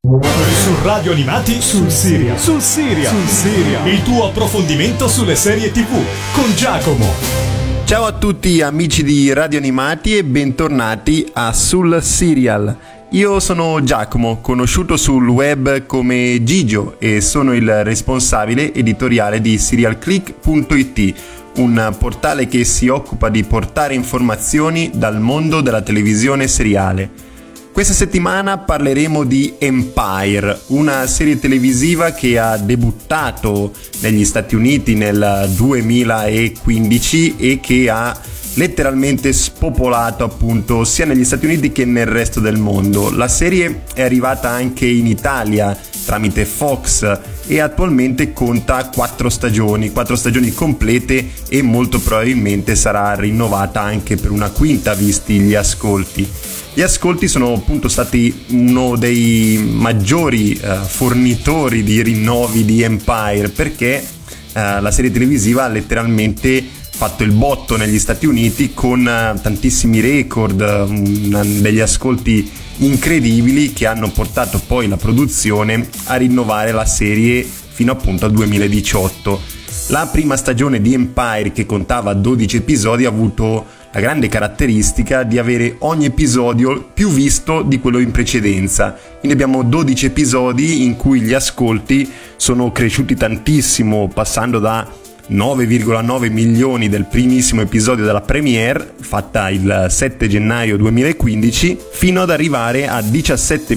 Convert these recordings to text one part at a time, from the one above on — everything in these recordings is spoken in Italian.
Su Radio Animati sul Siria. Il tuo approfondimento sulle serie TV con Giacomo. Ciao a tutti amici di Radio Animati e bentornati a Sul Serial. Io sono Giacomo, conosciuto sul web come Gigio, e sono il responsabile editoriale di serialclick.it, un portale che si occupa di portare informazioni dal mondo della televisione seriale. Questa settimana parleremo di Empire, una serie televisiva che ha debuttato negli Stati Uniti nel 2015 e che ha letteralmente spopolato appunto sia negli Stati Uniti che nel resto del mondo. La serie è arrivata anche in Italia tramite Fox e attualmente conta 4 stagioni complete, e molto probabilmente sarà rinnovata anche per una quinta visti gli ascolti. Gli ascolti sono appunto stati uno dei maggiori fornitori di rinnovi di Empire, perché la serie televisiva ha letteralmente fatto il botto negli Stati Uniti con tantissimi record, degli ascolti incredibili che hanno portato poi la produzione a rinnovare la serie fino appunto al 2018. La prima stagione di Empire, che contava 12 episodi, ha avuto la grande caratteristica di avere ogni episodio più visto di quello in precedenza. Quindi abbiamo 12 episodi in cui gli ascolti sono cresciuti tantissimo, passando da 9,9 milioni del primissimo episodio della premiere, fatta il 7 gennaio 2015, fino ad arrivare a 17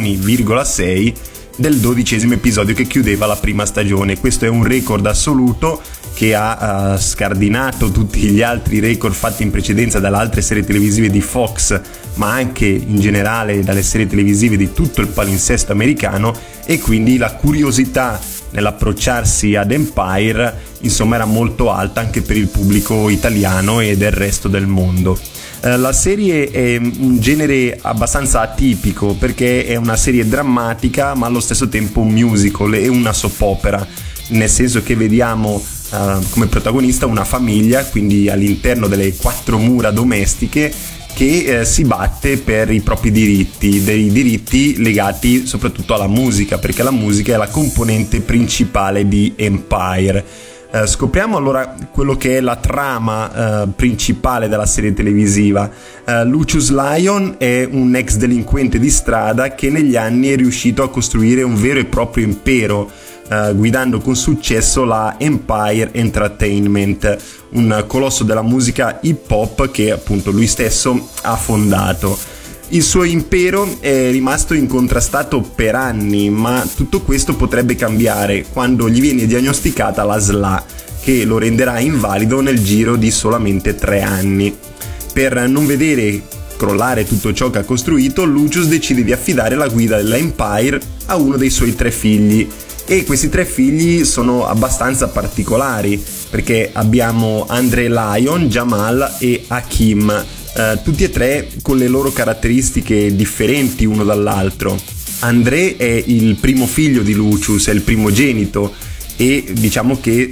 milioni,6 del 12° episodio che chiudeva la prima stagione. Questo è un record assoluto che ha scardinato tutti gli altri record fatti in precedenza dalle altre serie televisive di Fox, ma anche in generale dalle serie televisive di tutto il palinsesto americano, e quindi la curiosità nell'approcciarsi ad Empire insomma era molto alta anche per il pubblico italiano e del resto del mondo. La serie è un genere abbastanza atipico, perché è una serie drammatica ma allo stesso tempo un musical e una soap opera, nel senso che vediamo come protagonista una famiglia, quindi all'interno delle 4 mura domestiche, che si batte per i propri diritti, dei diritti legati soprattutto alla musica, perché la musica è la componente principale di Empire. Scopriamo allora quello che è la trama principale della serie televisiva. Lucius Lyon è un ex delinquente di strada che negli anni è riuscito a costruire un vero e proprio impero, guidando con successo la Empire Entertainment, un colosso della musica hip hop che appunto lui stesso ha fondato. Il suo impero è rimasto incontrastato per anni, ma tutto questo potrebbe cambiare quando gli viene diagnosticata la SLA, che lo renderà invalido nel giro di solamente 3 anni. Per non vedere crollare tutto ciò che ha costruito, Lucius decide di affidare la guida dell'Empire a uno dei suoi 3 figli, e questi 3 figli sono abbastanza particolari, perché abbiamo Andre Lyon, Jamal e Hakim, tutti e 3 con le loro caratteristiche differenti uno dall'altro. André è il primo figlio di Lucius, è il primogenito, e diciamo che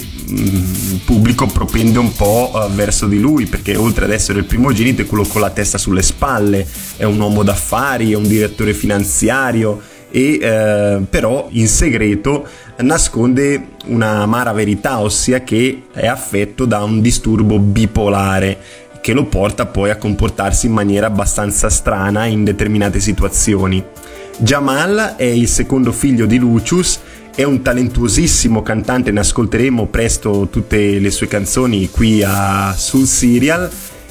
il pubblico propende un po' verso di lui, perché oltre ad essere il primogenito è quello con la testa sulle spalle, è un uomo d'affari, è un direttore finanziario, e però in segreto nasconde una amara verità, ossia che è affetto da un disturbo bipolare che lo porta poi a comportarsi in maniera abbastanza strana in determinate situazioni. Jamal è il secondo figlio di Lucius, è un talentuosissimo cantante, ne ascolteremo presto tutte le sue canzoni qui sul Serial,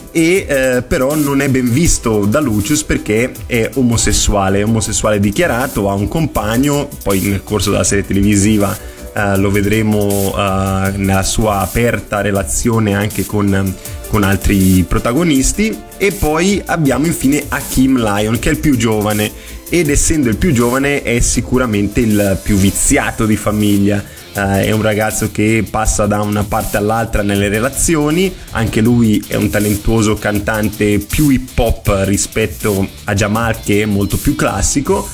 e però non è ben visto da Lucius perché è omosessuale dichiarato, ha un compagno, poi nel corso della serie televisiva lo vedremo nella sua aperta relazione anche con altri protagonisti. E poi abbiamo infine Hakim Lyon, che è il più giovane, ed essendo il più giovane è sicuramente il più viziato di famiglia. È un ragazzo che passa da una parte all'altra nelle relazioni, anche lui è un talentuoso cantante più hip hop rispetto a Jamal, che è molto più classico,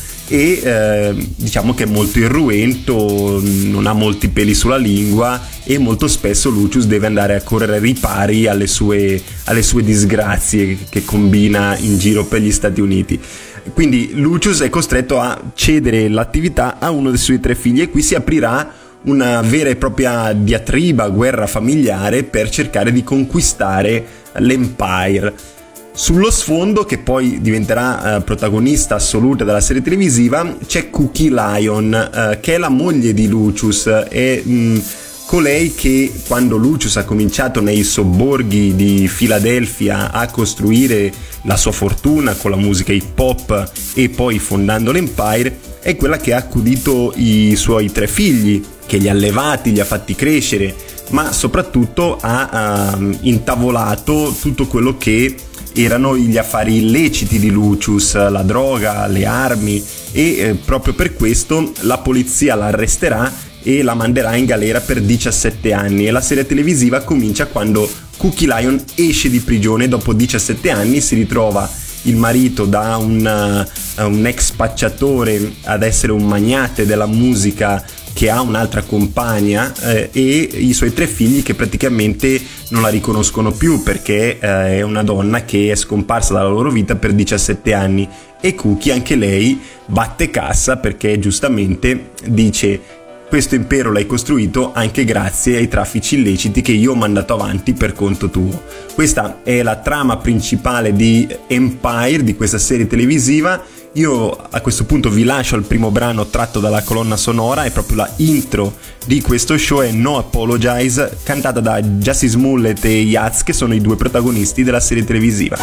e diciamo che è molto irruento, non ha molti peli sulla lingua, e molto spesso Lucius deve andare a correre ai ripari alle sue disgrazie che combina in giro per gli Stati Uniti. Quindi Lucius è costretto a cedere l'attività a uno dei suoi 3 figli e qui si aprirà una vera e propria diatriba, guerra familiare per cercare di conquistare l'Empire. Sullo sfondo, che poi diventerà protagonista assoluta della serie televisiva, c'è Cookie Lyon, che è la moglie di Lucius, è colei che quando Lucius ha cominciato nei sobborghi di Filadelfia a costruire la sua fortuna con la musica hip hop e poi fondando l'Empire, è quella che ha accudito i suoi 3 figli, che li ha allevati, li ha fatti crescere, ma soprattutto ha intavolato tutto quello che erano gli affari illeciti di Lucius, la droga, le armi, e proprio per questo la polizia la arresterà e la manderà in galera per 17 anni e la serie televisiva comincia quando Cookie Lyon esce di prigione dopo 17 anni, si ritrova il marito da un ex spacciatore ad essere un magnate della musica che ha un'altra compagna e i suoi 3 figli che praticamente non la riconoscono più perché è una donna che è scomparsa dalla loro vita per 17 anni e Cookie anche lei batte cassa perché giustamente dice: questo impero l'hai costruito anche grazie ai traffici illeciti che io ho mandato avanti per conto tuo. Questa è la trama principale di Empire, di questa serie televisiva. Io a questo punto vi lascio al primo brano tratto dalla colonna sonora, è proprio la intro di questo show, è No Apologize, cantata da Jussie Smollett e Yaz, che sono i 2 protagonisti della serie televisiva.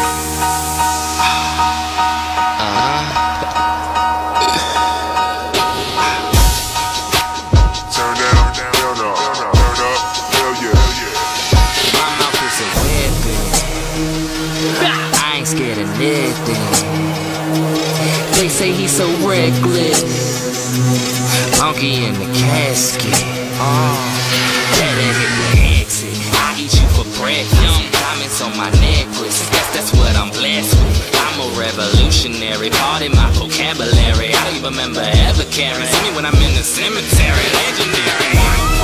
They say he's so reckless, monkey in the casket. Better hit the exit. I eat you for breakfast. Diamonds on my necklace. That's what I'm blessed with. I'm a revolutionary. Part in my vocabulary. I don't even remember ever caring. See me when I'm in the cemetery. Legendary.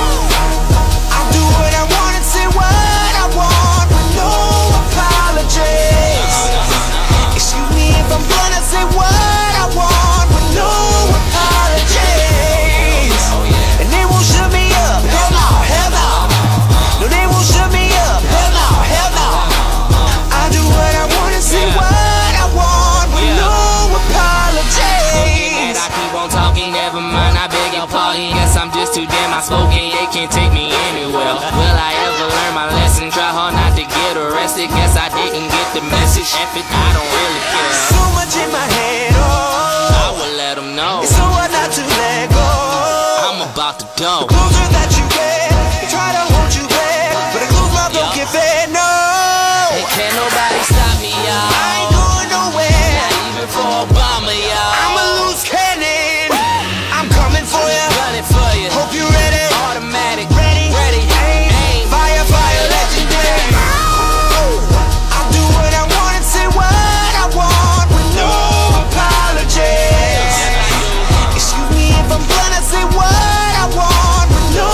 I do what I want and say what I want with no apologies. Excuse me if I'm gonna say what I want with no apologies. And they won't shut me up, hell no, hell no. No, they won't shut me up, hell no, hell no. I do what I want and say what I want with no apologies. And I keep on talking, never mind, I beg your pardon. Guess I'm just too damn outspoken, they can't take me anywhere. Will I ever learn my lesson? Try hard not to get arrested. Guess I didn't get the message. F it, I don't really care. So much in my head, oh, I will let them know. it's so hard not to let go. I'm about to go. The closer that you get, they try to hold you back, but a closed mouth don't get fed, no. And can't nobody stop me, I y'all. ain't going nowhere. Not even for Obama, y'all. I'm a loose cannon. I'm coming for ya. Running for you. Hope you ready. Automatic. Ready, Ready. aim, Aim. fire, fire, legendary. I do what I want and say what I want with no apologies. Excuse me if I'm gonna say what I want with no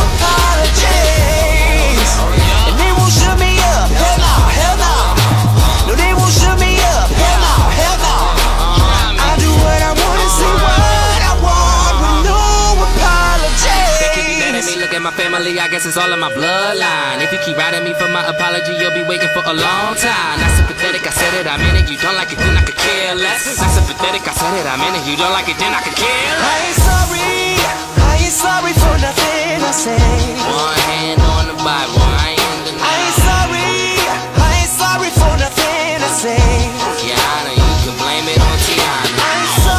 apologies. And they won't shut me up, hell no, hell no. No, they won't shut me up, hell no, hell no. I do what I want and say what I want with no They keep me mad at apologies. me, look at my family, I guess it's all in my bloodline. If you keep writing me for my apology, you'll be waiting for a long time. Not sympathetic, I said it, I meant it. You don't like it, then I could care less. Not sympathetic, I said it, I meant it. You don't like it, then I could care less. I ain't sorry for nothing I say. One hand on the Bible, I ain't in I ain't denial. sorry for nothing I say. Your Honor, you can blame it on Tiana. I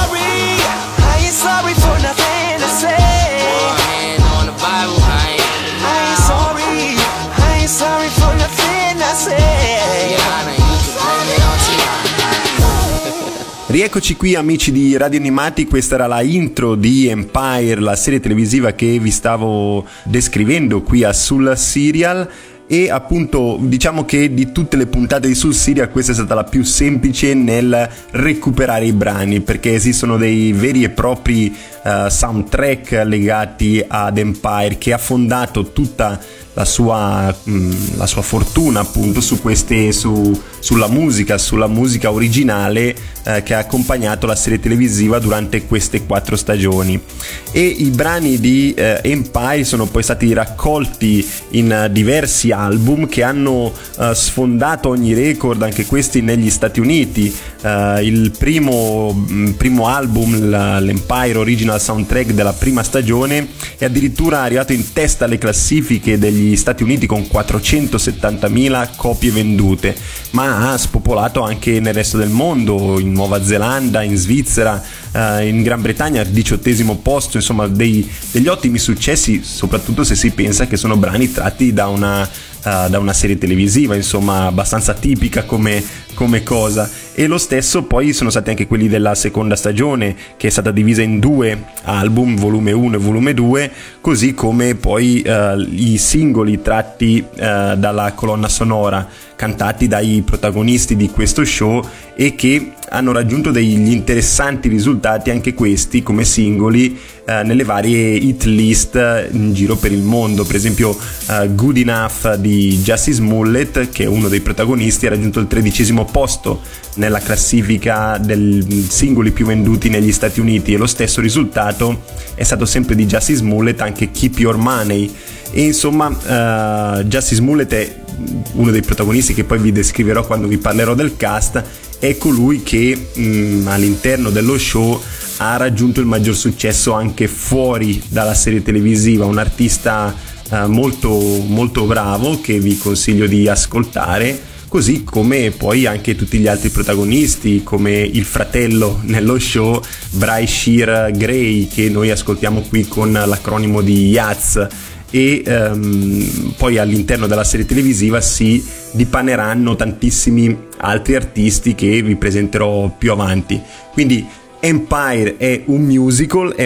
ain't sorry for nothing I say. One hand on the Bible, I ain't in denial. I ain't sorry for nothing I say. Your Honor, you can blame it on Tiana. Rieccoci qui amici di Radio Animati, questa era la intro di Empire, la serie televisiva che vi stavo descrivendo qui a Sul Serial. e appunto diciamo che di tutte le puntate di Soul Serial questa è stata la più semplice nel recuperare i brani, perché esistono dei veri e propri soundtrack legati ad Empire, che ha fondato tutta la sua fortuna appunto sulla musica originale che ha accompagnato la serie televisiva durante queste 4 stagioni. E i brani di Empire sono poi stati raccolti in diversi album che hanno sfondato ogni record, anche questi negli Stati Uniti. Il primo album, l'Empire Original Soundtrack della prima stagione, è addirittura arrivato in testa alle classifiche degli Stati Uniti con 470.000 copie vendute, ma ha spopolato anche nel resto del mondo, in Nuova Zelanda, in Svizzera, in Gran Bretagna, 18° posto, insomma degli ottimi successi, soprattutto se si pensa che sono brani tratti da una serie televisiva, insomma abbastanza tipica come cosa. E lo stesso poi sono stati anche quelli della seconda stagione, che è stata divisa in 2 album, volume 1 e volume 2, così come poi i singoli tratti dalla colonna sonora, cantati dai protagonisti di questo show, e che hanno raggiunto degli interessanti risultati anche questi come singoli nelle varie hit list in giro per il mondo. Per esempio Good Enough di Jussie Smollett, che è uno dei protagonisti, ha raggiunto il 13° posto nella classifica dei singoli più venduti negli Stati Uniti, e lo stesso risultato è stato sempre di Jussie Smollett anche Keep Your Money. E insomma Jussie Smollett è uno dei protagonisti che poi vi descriverò quando vi parlerò del cast. È colui che all'interno dello show ha raggiunto il maggior successo anche fuori dalla serie televisiva, un artista molto molto bravo che vi consiglio di ascoltare, così come poi anche tutti gli altri protagonisti, come il fratello nello show Bryce Shear Gray, che noi ascoltiamo qui con l'acronimo di YATS. E poi all'interno della serie televisiva si dipaneranno tantissimi altri artisti che vi presenterò più avanti. Quindi Empire è un musical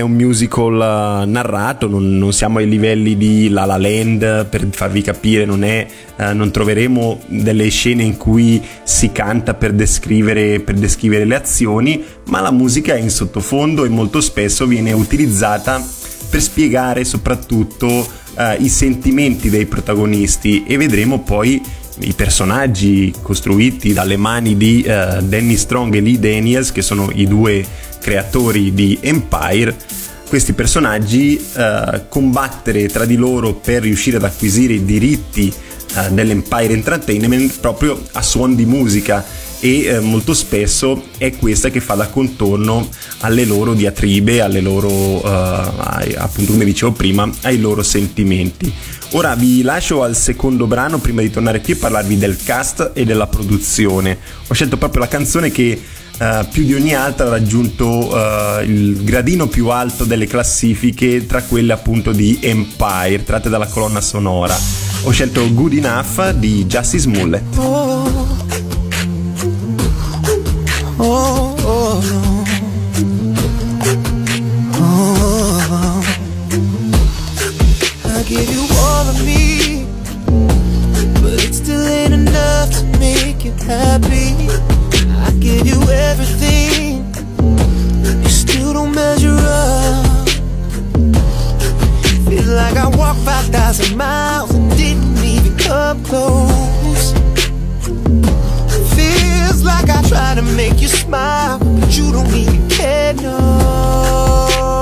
narrato, non siamo ai livelli di La La Land, per farvi capire, non troveremo delle scene in cui si canta per descrivere le azioni, ma la musica è in sottofondo e molto spesso viene utilizzata per spiegare soprattutto i sentimenti dei protagonisti, e vedremo poi i personaggi costruiti dalle mani di Danny Strong e Lee Daniels, che sono i 2 creatori di Empire. Questi personaggi combattere tra di loro per riuscire ad acquisire i diritti dell'Empire Entertainment proprio a suon di musica, e molto spesso è questa che fa da contorno alle loro diatribe, alle loro appunto, come dicevo prima, ai loro sentimenti. Ora vi lascio al secondo brano prima di tornare qui a parlarvi del cast e della produzione. Ho scelto proprio la canzone che più di ogni altra ha raggiunto il gradino più alto delle classifiche tra quelle appunto di Empire, tratte dalla colonna sonora. Ho scelto Good Enough di Jussie Smollett. I give you all of me, but it still ain't enough to make you happy. I give you everything, you still don't measure up. Feel like I walked 5,000 miles and didn't even come close. Feels like I try to make you smile, but you don't even care, no.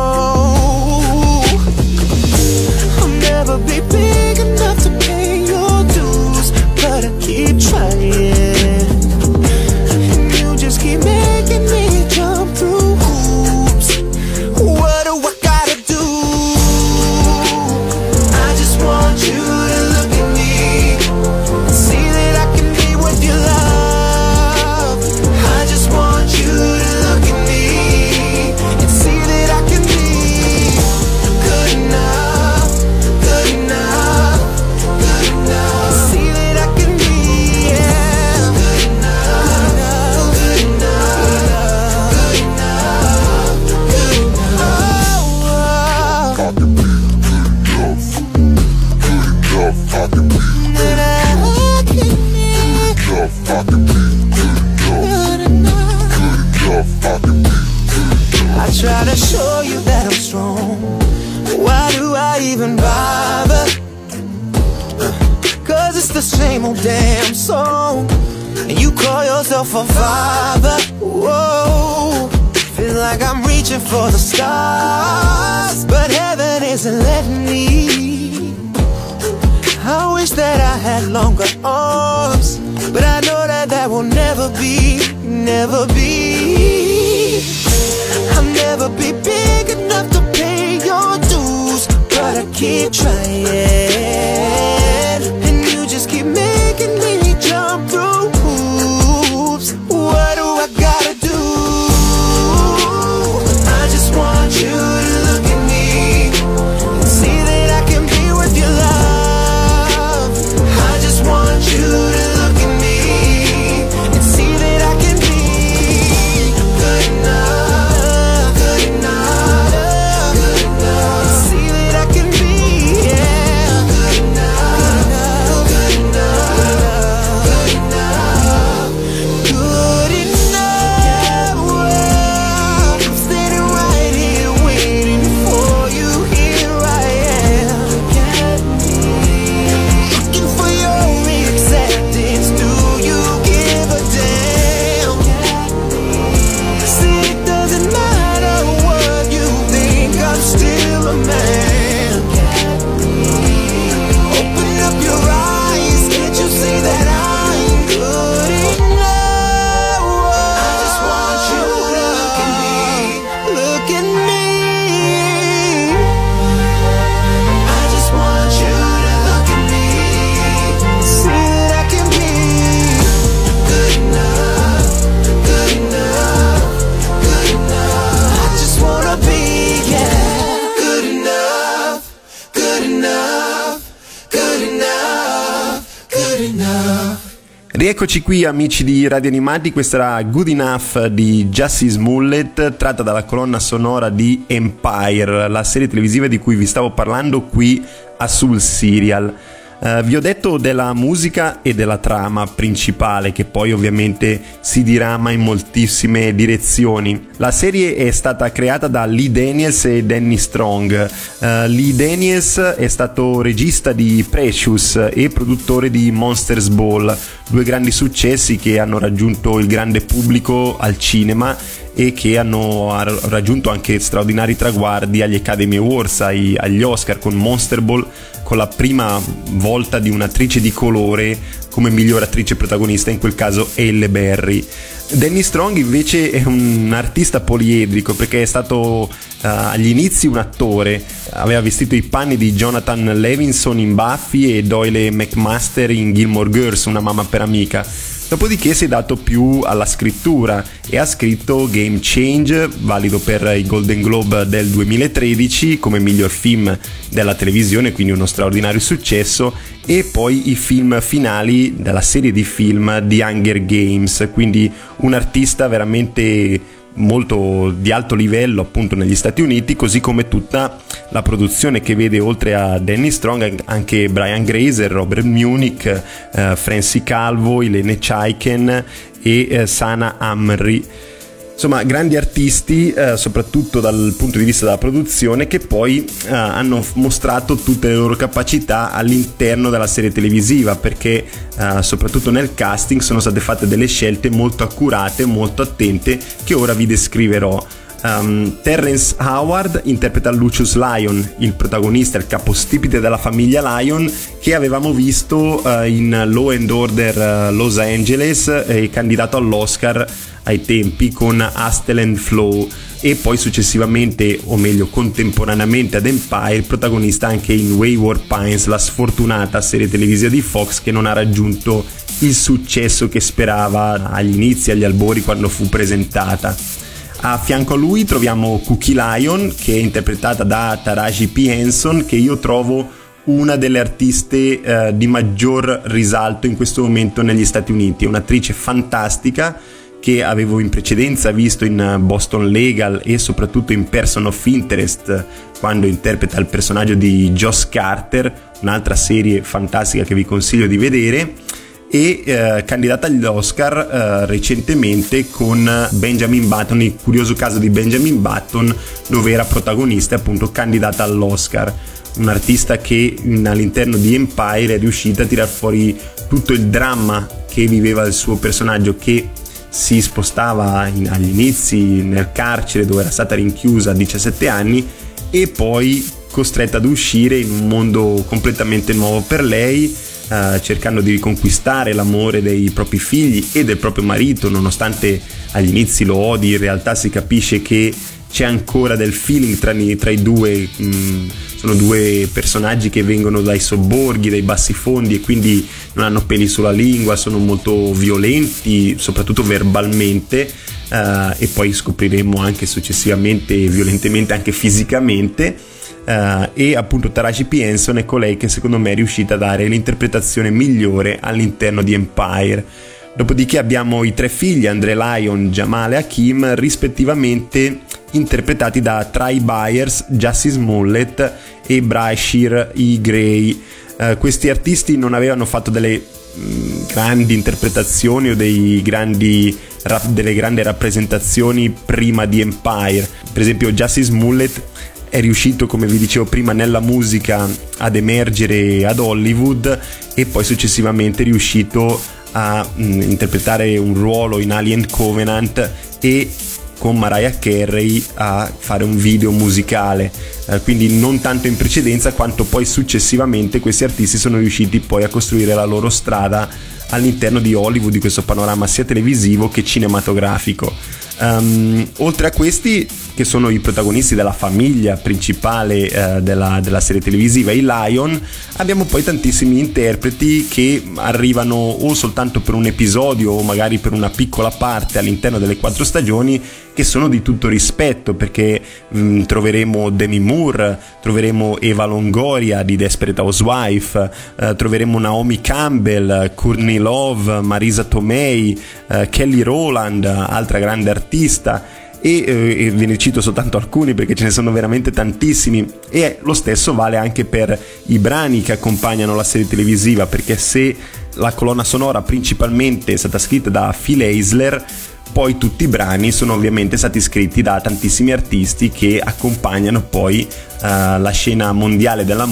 I'll never be big enough to pay your dues, but I keep trying. And you just keep making me jump through hoops. What do I gotta do? I just want you to look at me, see that I can be what you love. I just want you to look at me and see that myself a father. Whoa, feel like I'm reaching for the stars, but heaven isn't letting me. I wish that I had longer arms, but I know that that will never be, never be. I'll never be big enough to pay your dues, but I keep trying, and you just keep making me jump through hoops. What do I gotta do? I just want you to look at me and see that I can be with your love. I just want you to look at me and see that I can be good enough, good enough, good enough. And see that I can be, yeah, good enough, good enough, good enough, good enough. Well, I'm standing right here waiting for you. Here I am, looking for your acceptance. Do you give a damn? See, it doesn't matter what you think, I'm still a man. Open up your eyes, can't you see that I'm good enough? I just want you to look at me, look at me. I just want you to look at me, see that I can be good enough, good enough, good enough. I just wanna be, yeah, good enough, good enough, good enough, good enough. Rieccoci qui amici di Radio Animati, questa era Good Enough di Jussie Smollett, tratta dalla colonna sonora di Empire, la serie televisiva di cui vi stavo parlando qui a Sul Serial. Vi ho detto della musica e della trama principale, che poi ovviamente si dirama in moltissime direzioni. La serie è stata creata da Lee Daniels e Danny Strong. Lee Daniels è stato regista di Precious e produttore di Monsters Ball, due grandi successi che hanno raggiunto il grande pubblico al cinema e che hanno raggiunto anche straordinari traguardi agli Academy Awards, agli Oscar, con Monster Ball, con la prima volta di un'attrice di colore come miglior attrice protagonista, in quel caso Halle Berry. Danny Strong invece è un artista poliedrico, perché è stato agli inizi un attore, aveva vestito i panni di Jonathan Levinson in Buffy e Doyle McMaster in Gilmore Girls, Una mamma per amica. Dopodiché si è dato più alla scrittura e ha scritto Game Change, valido per i Golden Globe del 2013 come miglior film della televisione, quindi uno straordinario successo, e poi i film finali della serie di film di Hunger Games, quindi un artista veramente molto di alto livello appunto negli Stati Uniti, così come tutta la produzione che vede oltre a Danny Strong anche Brian Grazer, Robert Munich, Francie Calvo, Helene Chaiken e Sana Amri. Insomma, grandi artisti, soprattutto dal punto di vista della produzione, che poi hanno mostrato tutte le loro capacità all'interno della serie televisiva, perché soprattutto nel casting sono state fatte delle scelte molto accurate, molto attente, che ora vi descriverò. Terrence Howard interpreta Lucius Lyon, il protagonista, il capostipite della famiglia Lyon, che avevamo visto in Law and Order Los Angeles e candidato all'Oscar ai tempi con Hustle and Flow, e poi successivamente, o meglio contemporaneamente ad Empire, protagonista anche in Wayward Pines, la sfortunata serie televisiva di Fox che non ha raggiunto il successo che sperava agli inizi, agli albori, quando fu presentata. A fianco a lui troviamo Cookie Lyon, che è interpretata da Taraji P. Henson, che io trovo una delle artiste di maggior risalto in questo momento negli Stati Uniti. È un'attrice fantastica che avevo in precedenza visto in Boston Legal e soprattutto in Person of Interest, quando interpreta il personaggio di Josh Carter, un'altra serie fantastica che vi consiglio di vedere, e candidata agli Oscar recentemente con Benjamin Button, il curioso caso di Benjamin Button, dove era protagonista e appunto candidata all'Oscar. Un artista che all'interno di Empire è riuscita a tirar fuori tutto il dramma che viveva il suo personaggio, che si spostava agli inizi nel carcere dove era stata rinchiusa a 17 anni e poi costretta ad uscire in un mondo completamente nuovo per lei, cercando di riconquistare l'amore dei propri figli e del proprio marito, nonostante agli inizi lo odi. In realtà si capisce che c'è ancora del feeling tra i due. Sono due personaggi che vengono dai sobborghi, dai bassi-fondi, e quindi non hanno peli sulla lingua, sono molto violenti, soprattutto verbalmente, e poi scopriremo anche successivamente violentemente anche fisicamente. E appunto Taraji P. Henson è colei che secondo me è riuscita a dare l'interpretazione migliore all'interno di Empire. Dopodiché abbiamo i 3 figli, Andre Lyon, Jamal e Hakeem, rispettivamente interpretati da Try Byers, Jussie Smollett e Brashear E. Gray. Questi artisti non avevano fatto delle grandi interpretazioni o delle grandi rappresentazioni prima di Empire. Per esempio Jussie Smollett è riuscito, come vi dicevo prima, nella musica ad emergere ad Hollywood e poi successivamente è riuscito a interpretare un ruolo in Alien Covenant e con Mariah Carey a fare un video musicale, quindi non tanto in precedenza quanto poi successivamente questi artisti sono riusciti poi a costruire la loro strada all'interno di Hollywood, di questo panorama sia televisivo che cinematografico. Oltre a questi, che sono i protagonisti della famiglia principale della serie televisiva, i Lyon, abbiamo poi tantissimi interpreti che arrivano o soltanto per un episodio o magari per una piccola parte all'interno delle 4 stagioni, che sono di tutto rispetto, perché troveremo Demi Moore, troveremo Eva Longoria di Desperate Housewife, troveremo Naomi Campbell, Courtney Love, Marisa Tomei, Kelly Rowland, altra grande artista, e ve ne cito soltanto alcuni perché ce ne sono veramente tantissimi. E lo stesso vale anche per i brani che accompagnano la serie televisiva, perché se la colonna sonora principalmente è stata scritta da Phil Heisler, poi tutti i brani sono ovviamente stati scritti da tantissimi artisti che accompagnano poi la scena mondiale della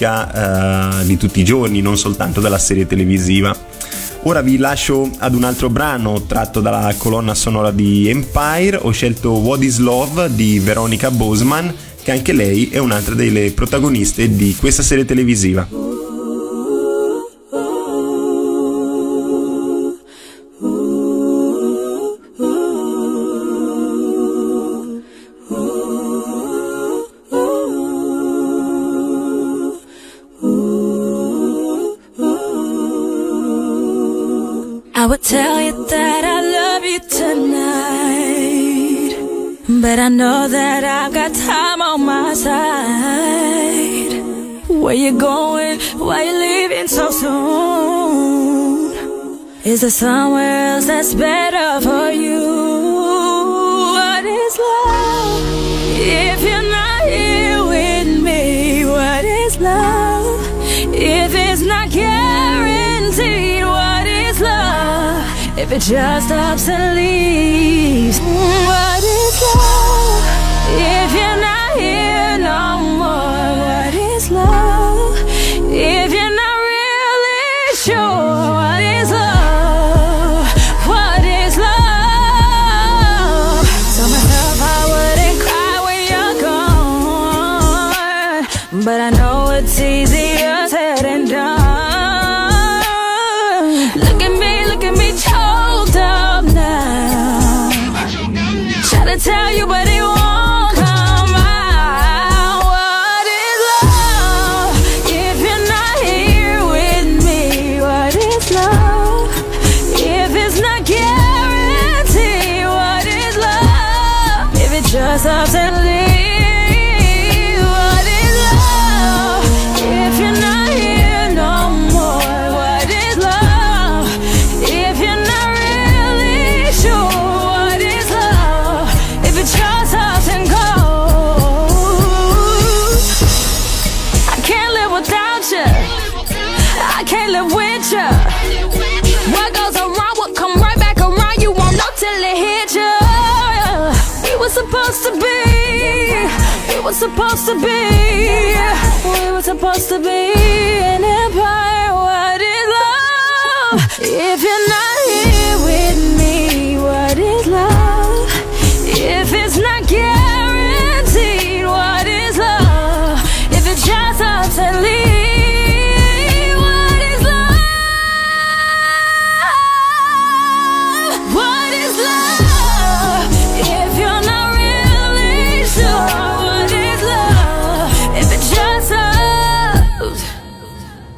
musica di tutti i giorni, non soltanto della serie televisiva. Ora vi lascio ad un altro brano tratto dalla colonna sonora di Empire. Ho scelto What Is Love di Veronica Bosman, che anche lei è un'altra delle protagoniste di questa serie televisiva. I would tell you that I love you tonight, but I know that I've got time on my side. Where you going? Why you leaving so soon? Is there somewhere else that's better for you? What is love if you're not here with me? What is love if it's not guaranteed? What is love if it just stops and leaves? What is love if you're not here no more? What is love if you're not really sure? What is love? What is love? Tell myself I wouldn't cry when you're gone, but I know it's easier said than done. Tell you, but it won't come out. What is love if you're not here with me? What is love if it's not guaranteed? What is love if it just ups and leaves? What is love if you're not here no more? What is love if you're not really sure? Just ups and goes. I can't live without you. I can't live with you. What goes around will come right back around. You won't know till it hit you. We were supposed to be. We were supposed to be. We were supposed to be an empire. What is love if you're not here with me? What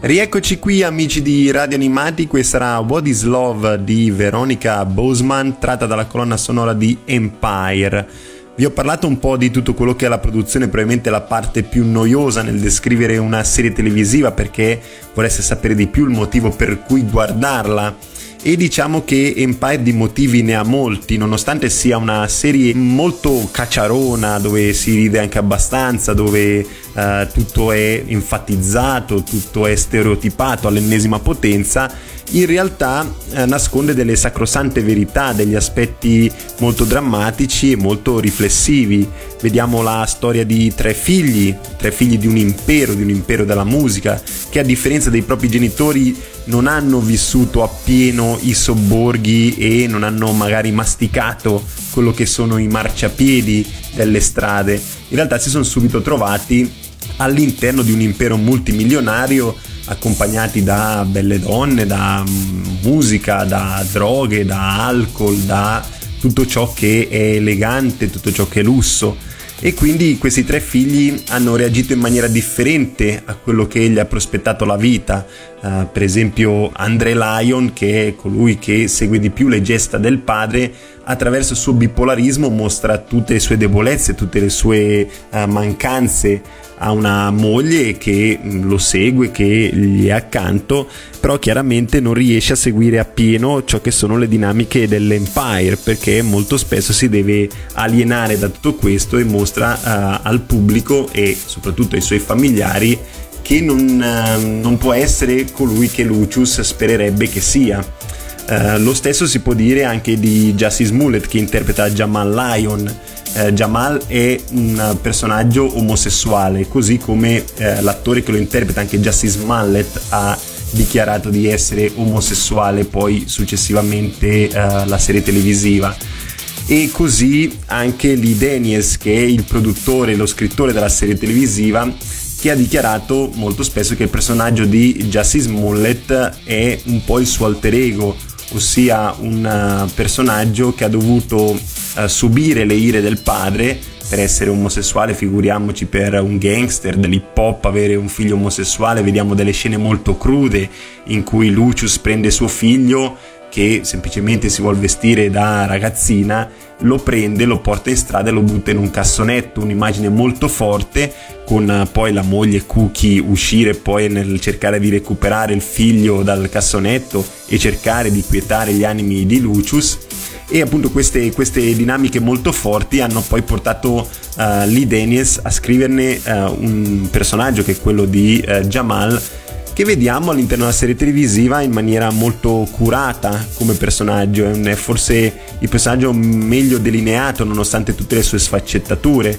Rieccoci qui amici di Radio Animati, questa sarà What is Love di Veronica Boseman, tratta dalla colonna sonora di Empire. Vi ho parlato un po' di tutto quello che è la produzione, probabilmente la parte più noiosa nel descrivere una serie televisiva, perché vorreste sapere di più il motivo per cui guardarla. E diciamo che Empire di motivi ne ha molti, nonostante sia una serie molto cacciarona, dove si ride anche abbastanza, dove tutto è enfatizzato, tutto è stereotipato all'ennesima potenza. In realtà nasconde delle sacrosante verità, degli aspetti molto drammatici e molto riflessivi. Vediamo la storia di tre figli di un impero della musica, che a differenza dei propri genitori non hanno vissuto appieno i sobborghi e non hanno magari masticato quello che sono i marciapiedi delle strade. In realtà si sono subito trovati all'interno di un impero multimilionario, accompagnati da belle donne, da musica, da droghe, da alcol, da tutto ciò che è elegante, tutto ciò che è lusso. E quindi questi tre figli hanno reagito in maniera differente a quello che gli ha prospettato la vita. Per esempio André Lion, che è colui che segue di più le gesta del padre, attraverso il suo bipolarismo mostra tutte le sue debolezze, tutte le sue mancanze. Ha una moglie che lo segue, che gli è accanto, però chiaramente non riesce a seguire appieno ciò che sono le dinamiche dell'Empire, perché molto spesso si deve alienare da tutto questo e mostra al pubblico e soprattutto ai suoi familiari che non può essere colui che Lucius spererebbe che sia. Lo stesso si può dire anche di Jussie Smollett, che interpreta Jamal Lion. Jamal è un personaggio omosessuale, così come l'attore che lo interpreta, anche Jussie Smollett, ha dichiarato di essere omosessuale poi successivamente la serie televisiva. E così anche Lee Daniels, che è il produttore e lo scrittore della serie televisiva, che ha dichiarato molto spesso che il personaggio di Jussie Smollett è un po' il suo alter ego, ossia un personaggio che ha dovuto subire le ire del padre per essere omosessuale. Figuriamoci per un gangster dell'hip hop avere un figlio omosessuale. Vediamo delle scene molto crude in cui Lucius prende suo figlio, che semplicemente si vuol vestire da ragazzina, lo prende, lo porta in strada e lo butta in un cassonetto. Un'immagine molto forte, con poi la moglie Cookie uscire poi nel cercare di recuperare il figlio dal cassonetto e cercare di quietare gli animi di Lucius. E appunto queste dinamiche molto forti hanno poi portato Lee Daniels a scriverne un personaggio che è quello di Jamal, che vediamo all'interno della serie televisiva in maniera molto curata come personaggio. È forse il personaggio meglio delineato nonostante tutte le sue sfaccettature,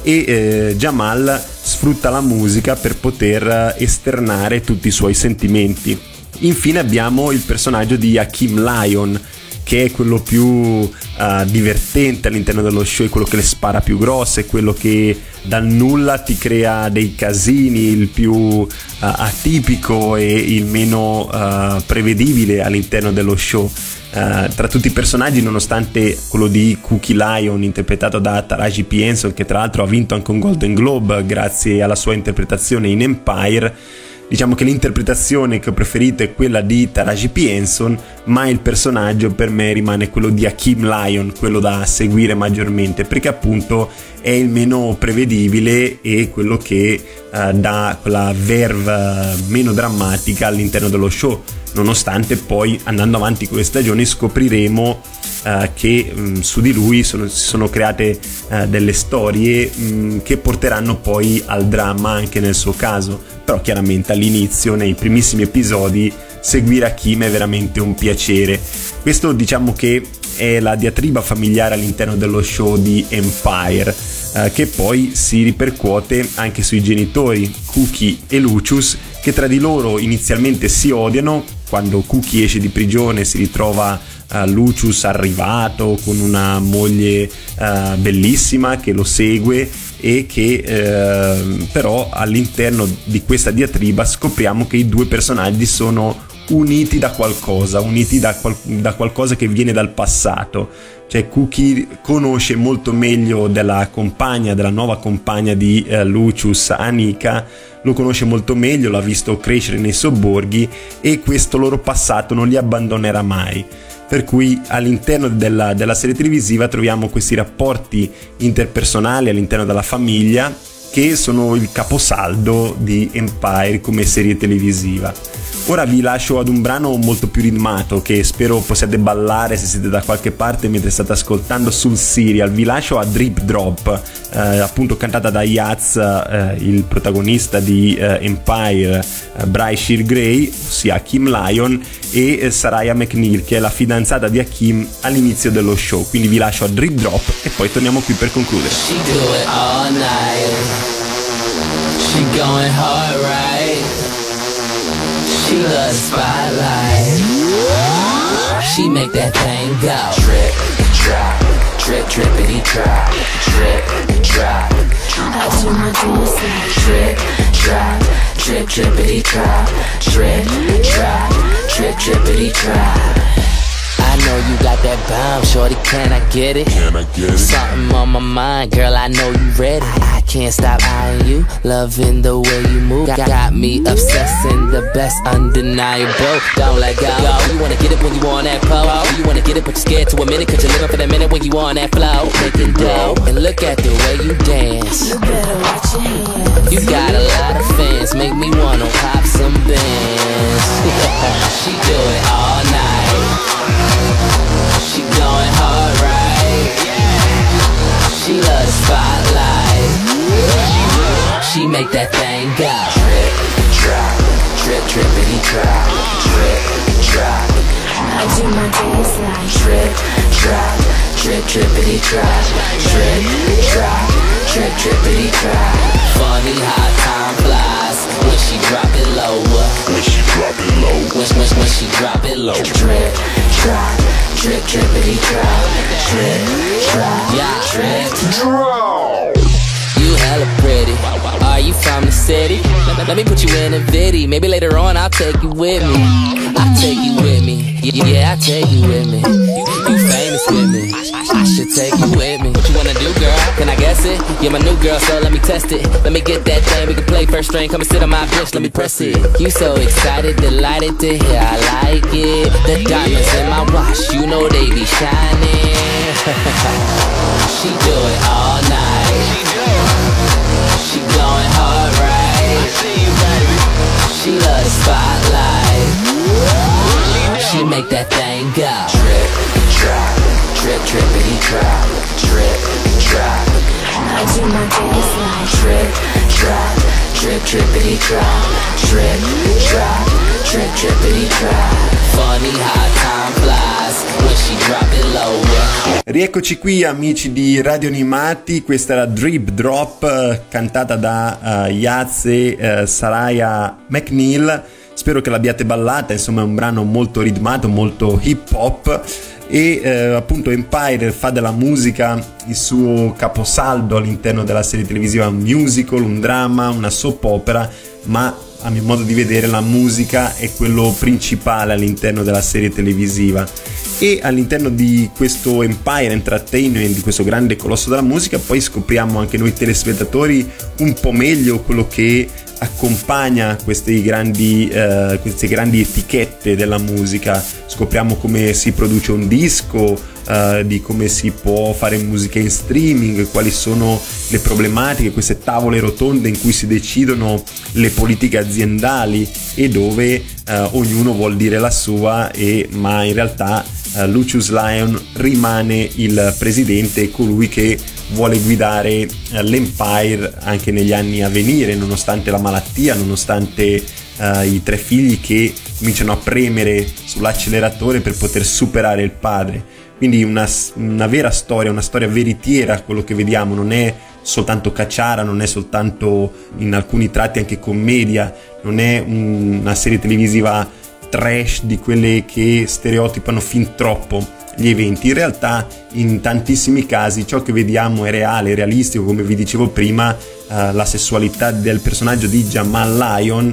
e Jamal sfrutta la musica per poter esternare tutti i suoi sentimenti. Infine abbiamo il personaggio di Hakeem Lion, che è quello più divertente all'interno dello show, è quello che le spara più grosse, è quello che dal nulla ti crea dei casini, il più atipico e il meno prevedibile all'interno dello show. Tra tutti i personaggi, nonostante quello di Cookie Lion interpretato da Taraji P. Henson, che tra l'altro ha vinto anche un Golden Globe grazie alla sua interpretazione in Empire, diciamo che l'interpretazione che ho preferito è quella di Taraji P. Henson, ma il personaggio per me rimane quello di Hakeem Lion, quello da seguire maggiormente, perché appunto è il meno prevedibile e quello che dà quella verve meno drammatica all'interno dello show, nonostante poi andando avanti con le stagioni scopriremo che su di lui si sono create delle storie che porteranno poi al dramma anche nel suo caso. Però chiaramente all'inizio, nei primissimi episodi, seguire Hakeem è veramente un piacere. Questo diciamo che è la diatriba familiare all'interno dello show di Empire, che poi si ripercuote anche sui genitori Cookie e Lucius, che tra di loro inizialmente si odiano. Quando Cookie esce di prigione si ritrova Lucius arrivato con una moglie bellissima che lo segue, e che però all'interno di questa diatriba scopriamo che i due personaggi sono uniti da qualcosa, da qualcosa che viene dal passato. Cioè Cookie conosce molto meglio della nuova compagna di Lucius, Anika, lo conosce molto meglio, l'ha visto crescere nei sobborghi e questo loro passato non li abbandonerà mai. Per cui all'interno della serie televisiva troviamo questi rapporti interpersonali all'interno della famiglia che sono il caposaldo di Empire come serie televisiva. Ora vi lascio ad un brano molto più ritmato che spero possiate ballare se siete da qualche parte mentre state ascoltando sul serial. Vi lascio a Drip Drop, appunto cantata da Yaz, il protagonista di Empire, Bryce Shear Gray, ossia Akeem Lyon, e Saraya McNeil, che è la fidanzata di Akeem all'inizio dello show. Quindi vi lascio a Drip Drop e poi torniamo qui per concludere. She do it all night. She going hard, right? She loves the spotlight. She make that thing go. Drip, drop, drip, drippity drop. Drip, drop. I do my dance like drip, drop, drip, drippity drop. Drip, drop, drip, drippity drop. I know you got that bomb, shorty, can I get it? Can I get it? Something on my mind, girl, I know you ready. I can't stop eyeing you, loving the way you move. Got me obsessing, the best, undeniable. Don't let go. You wanna get it when you on that pole. You wanna get it, but you're scared to admit it, cause you're living for that minute when you on that flow. Making dough, and look at the way you dance. You better watch your hands. You got a lot of fans, make me wanna pop some bands. She do it all night. She going hard, right? She loves the spotlight. She make that thing go. Drip, drop, drip, drippity drop. Drip, drop. I do my dance like Drip, drop, drip, drippity drop. Drip, drop, drip, drippity drop. Funny how time flies when she drop it lower. When she drop it low. When she drop it low. Drip, drop, drip, drippity drop. Drip, drop, yeah, drip, drop. You hella pretty. Are you from the city? Let me put you in a viddy. Maybe later on I'll take you with me. I'll take you with me. Yeah, I'll take you with me. You famous with me. I should take you with me. What you wanna do, girl? Can I guess it? You're my new girl, so let me test it. Let me get that thing. We can play first string. Come and sit on my bitch. Let me press it. You so excited, delighted to hear I like it. The diamonds in my watch, you know they be shining. She do it all night. She going hard, right? She love the spotlight. She make that thing go. Drip, drop, drip, drippity drop. Drip, drop. I do my dance like Drip, drop, drip, drippity drop. Drip, drop, drip, drippity drop. Funny how time flies when she drop it lower. Rieccoci qui amici di Radio Animati, questa era Drip Drop cantata da Yaz e Saraya McNeil. Spero che l'abbiate ballata, insomma è un brano molto ritmato, molto hip hop e appunto Empire fa della musica il suo caposaldo all'interno della serie televisiva, un musical, un dramma, una soap opera, ma a mio modo di vedere la musica è quello principale all'interno della serie televisiva. E all'interno di questo Empire Entertainment, di questo grande colosso della musica, poi scopriamo anche noi telespettatori un po' meglio quello che accompagna queste grandi etichette della musica. Scopriamo come si produce un disco, di come si può fare musica in streaming, quali sono le problematiche, queste tavole rotonde in cui si decidono le politiche aziendali e dove ognuno vuol dire la sua, ma in realtà Lucius Lyon rimane il presidente e colui che vuole guidare l'Empire anche negli anni a venire, nonostante la malattia, nonostante i 3 figli che cominciano a premere sull'acceleratore per poter superare il padre. Quindi una vera storia, una storia veritiera, quello che vediamo non è soltanto cacciara, non è soltanto in alcuni tratti anche commedia, non è una serie televisiva trash di quelle che stereotipano fin troppo gli eventi. In realtà in tantissimi casi ciò che vediamo è reale, realistico, come vi dicevo prima. La sessualità del personaggio di Jamal Lyon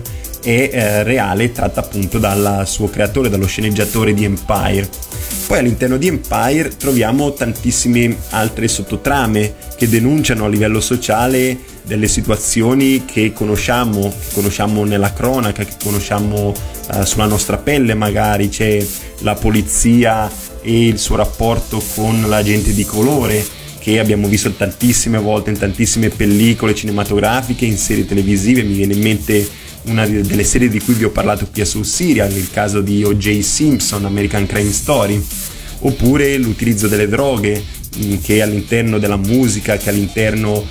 è reale, tratta appunto dal suo creatore, dallo sceneggiatore di Empire. Poi all'interno di Empire troviamo tantissime altre sottotrame che denunciano a livello sociale delle situazioni che conosciamo nella cronaca, che conosciamo sulla nostra pelle magari. C'è la polizia e il suo rapporto con la gente di colore, che abbiamo visto tantissime volte in tantissime pellicole cinematografiche, in serie televisive. Mi viene in mente una delle serie di cui vi ho parlato qui su Serial, il caso di O.J. Simpson, American Crime Story, oppure l'utilizzo delle droghe che all'interno della musica, che all'interno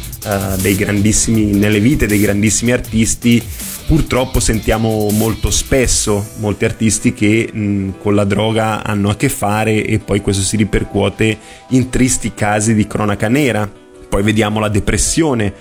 nelle vite dei grandissimi artisti purtroppo sentiamo molto spesso. Molti artisti che con la droga hanno a che fare, e poi questo si ripercuote in tristi casi di cronaca nera. Poi vediamo la depressione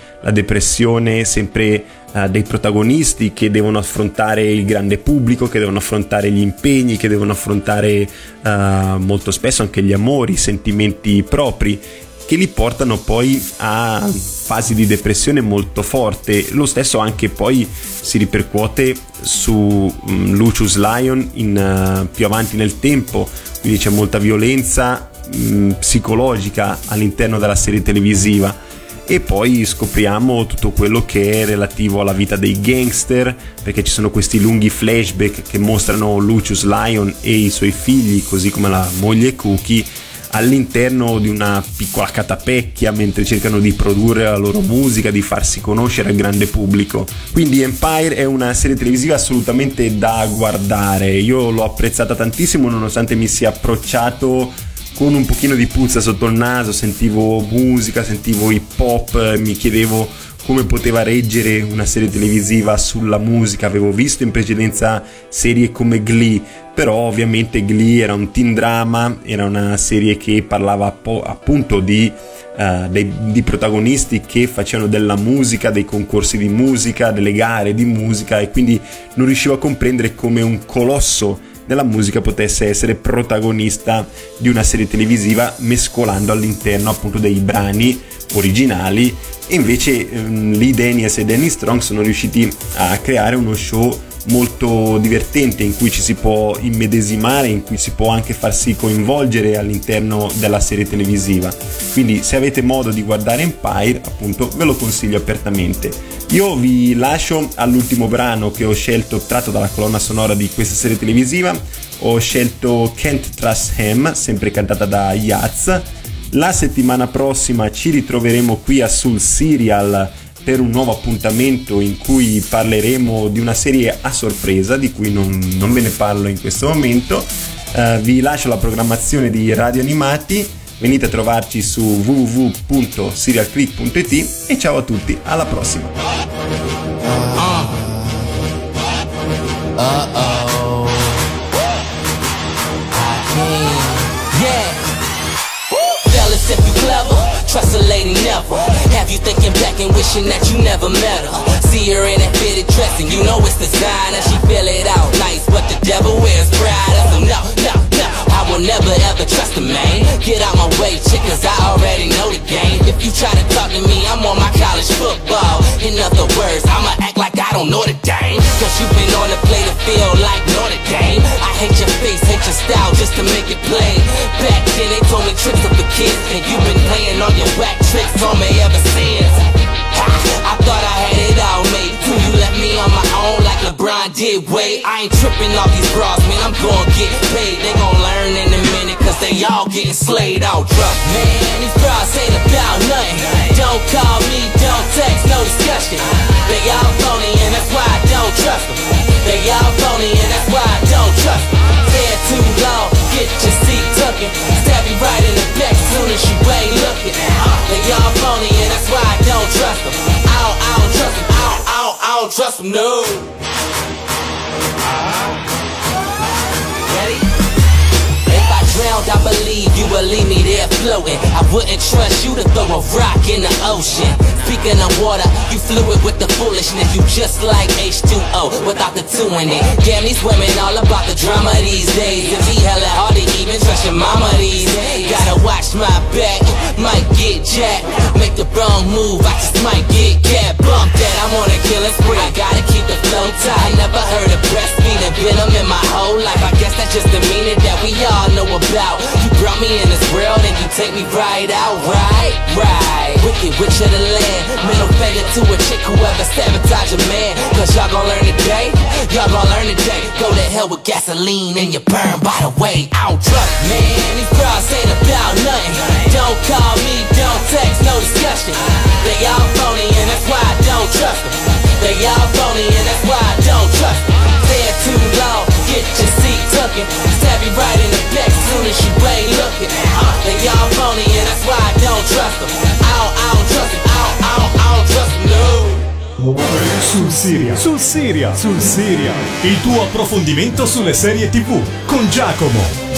sempre dei protagonisti che devono affrontare il grande pubblico, che devono affrontare gli impegni, che devono affrontare molto spesso anche gli amori, i sentimenti propri, che li portano poi a fasi di depressione molto forte. Lo stesso anche poi si ripercuote su Lucious Lyon più avanti nel tempo, quindi c'è molta violenza psicologica all'interno della serie televisiva. E poi scopriamo tutto quello che è relativo alla vita dei gangster, perché ci sono questi lunghi flashback che mostrano Lucious Lyon e i suoi figli, così come la moglie Cookie, all'interno di una piccola catapecchia mentre cercano di produrre la loro musica, di farsi conoscere al grande pubblico. Quindi Empire è una serie televisiva assolutamente da guardare. Io l'ho apprezzata tantissimo, nonostante mi sia approcciato con un pochino di puzza sotto il naso. Sentivo musica, sentivo hip hop, mi chiedevo come poteva reggere una serie televisiva sulla musica. Avevo visto in precedenza serie come Glee, però ovviamente Glee era un teen drama, era una serie che parlava appunto di protagonisti che facevano della musica, dei concorsi di musica, delle gare di musica, e quindi non riuscivo a comprendere come un colosso della musica potesse essere protagonista di una serie televisiva, mescolando all'interno appunto dei brani originali. E invece Lee Daniels e Danny Strong sono riusciti a creare uno show molto divertente, in cui ci si può immedesimare, in cui si può anche farsi coinvolgere all'interno della serie televisiva. Quindi se avete modo di guardare Empire, appunto, ve lo consiglio apertamente. Io vi lascio all'ultimo brano che ho scelto, tratto dalla colonna sonora di questa serie televisiva. Ho scelto Can't Trust Him, sempre cantata da Yaz. La settimana prossima ci ritroveremo qui a Sul Serial per un nuovo appuntamento in cui parleremo di una serie a sorpresa di cui non ve ne parlo in questo momento. Vi lascio la programmazione di Radio Animati, venite a trovarci su www.serialclick.it e ciao a tutti, alla prossima. If you clever, trust a lady never. Have you thinking back and wishing that you never met her? See her in that fitted dress and you know it's designer. She fill it out nice, but the devil wears Prada. So no, I will never ever trust a man. Get out my way, chick, cause I already know the game. If you try to talk to me, I'm on my college football. In other words, I'ma act like I don't know the game. Cause you've been on the play to feel like Notre Dame. I hate your face, hate your style just to make it plain. Back then they told me tricks up for kids, and you've been playing all your whack tricks on me ever since. I thought I had it all made too. You left me on my own like LeBron did Wade. I ain't tripping off these bras, man, I'm gon' get paid. They gon' learn in a minute, cause they all getting slayed out drunk. Man, these bras ain't about nothing. Don't call me, don't text, no discussion. They all phony and that's why I don't trust them. They all phony and that's why I don't trust them. Stay too long, get your seat tucking. Stab you right in the back soon as you ain't looking. They all phony and that's why I don't trust them. I don't trust them, I don't trust them, no. Ready? If I drowned, I believe you will leave me there floating. I wouldn't trust you to throw a rock in the ocean. Speaking of water, you fluid with the foolishness. You just like H2O without the 2 in it. Damn, these women all about the drama these days. It be hella hard to even trust your mama these days. Gotta watch my back, might get jacked. Make the wrong move, I just might get cat bumped. That I'm on a killing spree. I gotta keep the flow don't tie. Never heard of breastfeeding, been them in my whole life. I guess that's just the meaning that we all know about. You brought me in this world and you take me right out, right, right. Wicked witch of the land, middle finger to a chick who ever sabotage a man. Cause y'all gon' learn today, y'all gon' learn today. Go to hell with gasoline and you burn by the way. I don't trust, man, these bras ain't about nothing. Don't call me, don't text, no discussion. They all phony and that's why I don't trust them. They all phony and that's why I don't trust them. Stay too long, get your seat tucking. Stab you right in the back soon as you ain't looking. They all phony and that's why I don't trust them. I don't trust them, I don't trust them, no. Sul Serial, il tuo approfondimento sulle serie TV con Giacomo.